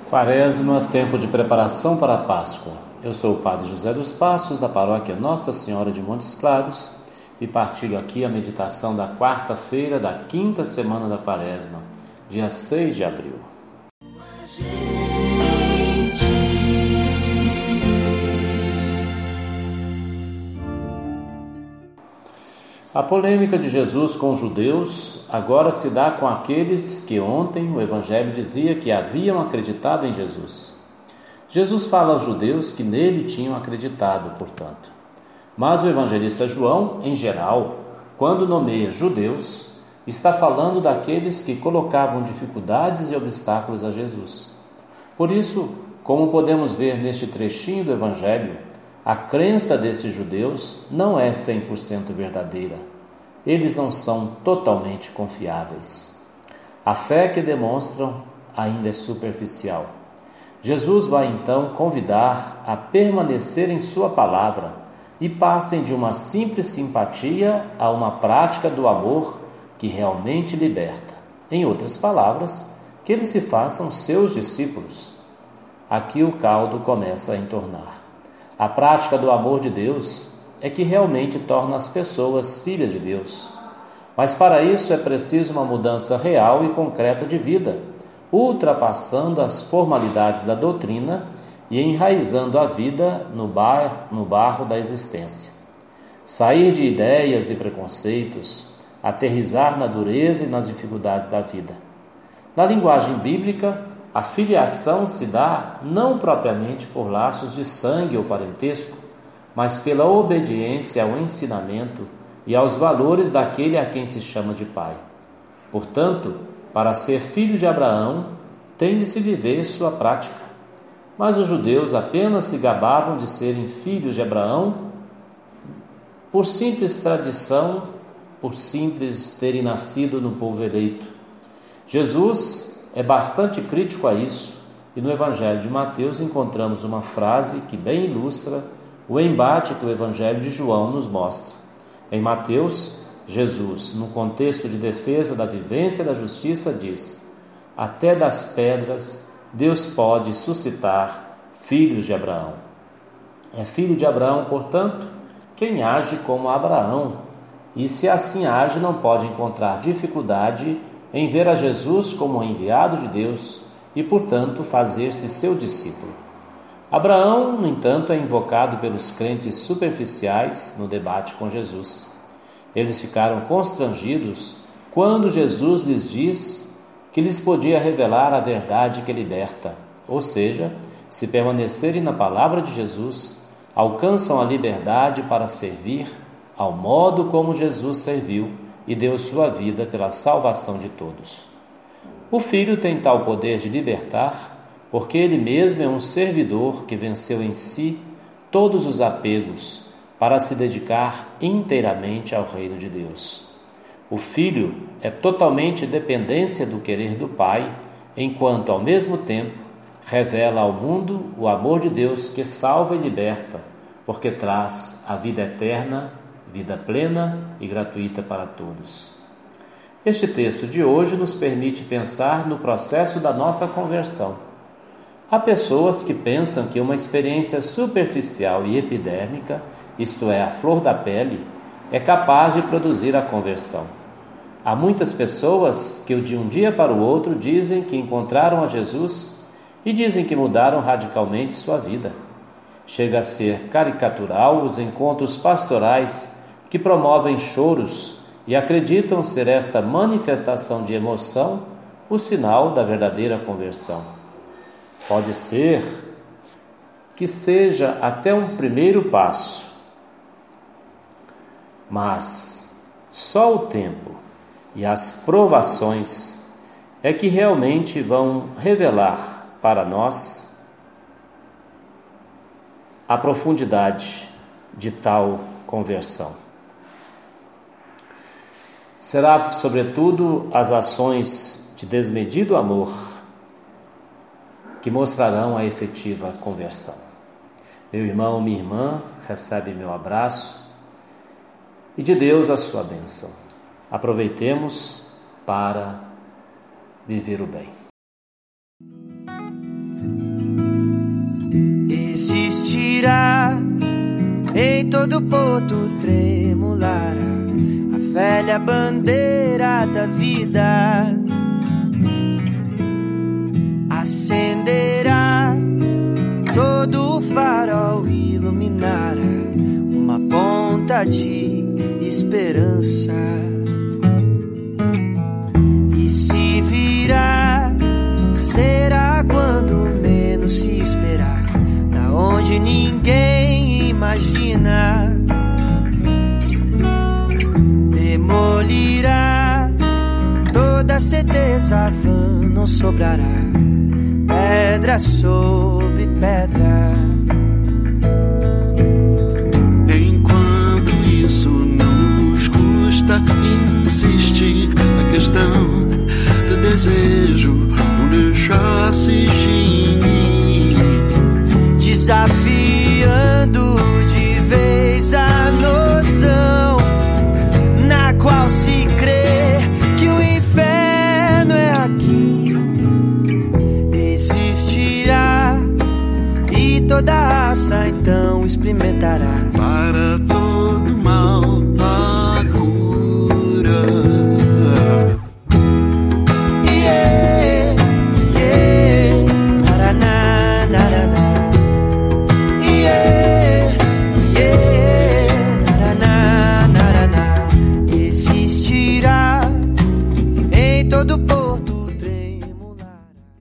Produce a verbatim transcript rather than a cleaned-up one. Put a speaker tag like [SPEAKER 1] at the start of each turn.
[SPEAKER 1] Quaresma, tempo de preparação para a Páscoa. Eu sou o Padre José dos Passos, da paróquia Nossa Senhora de Montes Claros, e partilho aqui a meditação da quarta-feira da quinta semana da Quaresma, dia seis de abril. A polêmica de Jesus com os judeus agora se dá com aqueles que ontem o Evangelho dizia que haviam acreditado em Jesus. Jesus fala aos judeus que nele tinham acreditado, portanto. Mas o evangelista João, em geral, quando nomeia judeus, está falando daqueles que colocavam dificuldades e obstáculos a Jesus. Por isso, como podemos ver neste trechinho do Evangelho, a crença desses judeus não é cem por cento verdadeira. Eles não são totalmente confiáveis. A fé que demonstram ainda é superficial. Jesus vai então convidar a permanecer em sua palavra e passem de uma simples simpatia a uma prática do amor que realmente liberta. Em outras palavras, que eles se façam seus discípulos. Aqui o caldo começa a entornar. A prática do amor de Deus é que realmente torna as pessoas filhas de Deus. Mas para isso é preciso uma mudança real e concreta de vida, ultrapassando as formalidades da doutrina e enraizando a vida no bar, no barro da existência. Sair de ideias e preconceitos, aterrissar na dureza e nas dificuldades da vida. Na linguagem bíblica, a filiação se dá não propriamente por laços de sangue ou parentesco, mas pela obediência ao ensinamento e aos valores daquele a quem se chama de pai. Portanto, para ser filho de Abraão, tem de se viver sua prática. Mas os judeus apenas se gabavam de serem filhos de Abraão por simples tradição, por simples terem nascido no povo eleito. Jesus é bastante crítico a isso, e no Evangelho de Mateus encontramos uma frase que bem ilustra o embate que o Evangelho de João nos mostra. Em Mateus, Jesus, no contexto de defesa da vivência e da justiça, diz: até das pedras Deus pode suscitar filhos de Abraão. É filho de Abraão, portanto, quem age como Abraão, e se assim age não pode encontrar dificuldade em ver a Jesus como enviado de Deus e, portanto, fazer-se seu discípulo. Abraão, no entanto, é invocado pelos crentes superficiais no debate com Jesus. Eles ficaram constrangidos quando Jesus lhes diz que lhes podia revelar a verdade que liberta, ou seja, se permanecerem na palavra de Jesus, alcançam a liberdade para servir ao modo como Jesus serviu e deu sua vida pela salvação de todos. O Filho tem tal poder de libertar, porque ele mesmo é um servidor que venceu em si todos os apegos para se dedicar inteiramente ao reino de Deus. O Filho é totalmente dependência do querer do Pai, enquanto ao mesmo tempo revela ao mundo o amor de Deus que salva e liberta, porque traz a vida eterna, vida plena e gratuita para todos. Este texto de hoje nos permite pensar no processo da nossa conversão. Há pessoas que pensam que uma experiência superficial e epidérmica, isto é, a flor da pele, é capaz de produzir a conversão. Há muitas pessoas que de um dia para o outro dizem que encontraram a Jesus e dizem que mudaram radicalmente sua vida. Chega a ser caricatural os encontros pastorais que promovem choros e acreditam ser esta manifestação de emoção o sinal da verdadeira conversão. Pode ser que seja até um primeiro passo, mas só o tempo e as provações é que realmente vão revelar para nós a profundidade de tal conversão. Será, sobretudo, as ações de desmedido amor que mostrarão a efetiva conversão. Meu irmão, minha irmã, recebe meu abraço e de Deus a sua bênção. Aproveitemos para viver o bem.
[SPEAKER 2] existirá, em todo porto tremulará a velha bandeira da vida. Acenderá, todo o farol iluminará uma ponta de esperança. E se virá, será quando menos se esperar, da onde ninguém imagina. Demolirá, toda certeza vã não sobrará, pedra sobre pedra.
[SPEAKER 3] Enquanto isso não nos custa insistir na questão do desejo, não deixar se extinguir,
[SPEAKER 2] desafiando de vez a noção na qual se crê que o inferno é aqui. Existirá, e toda raça então experimentará
[SPEAKER 3] para todo mal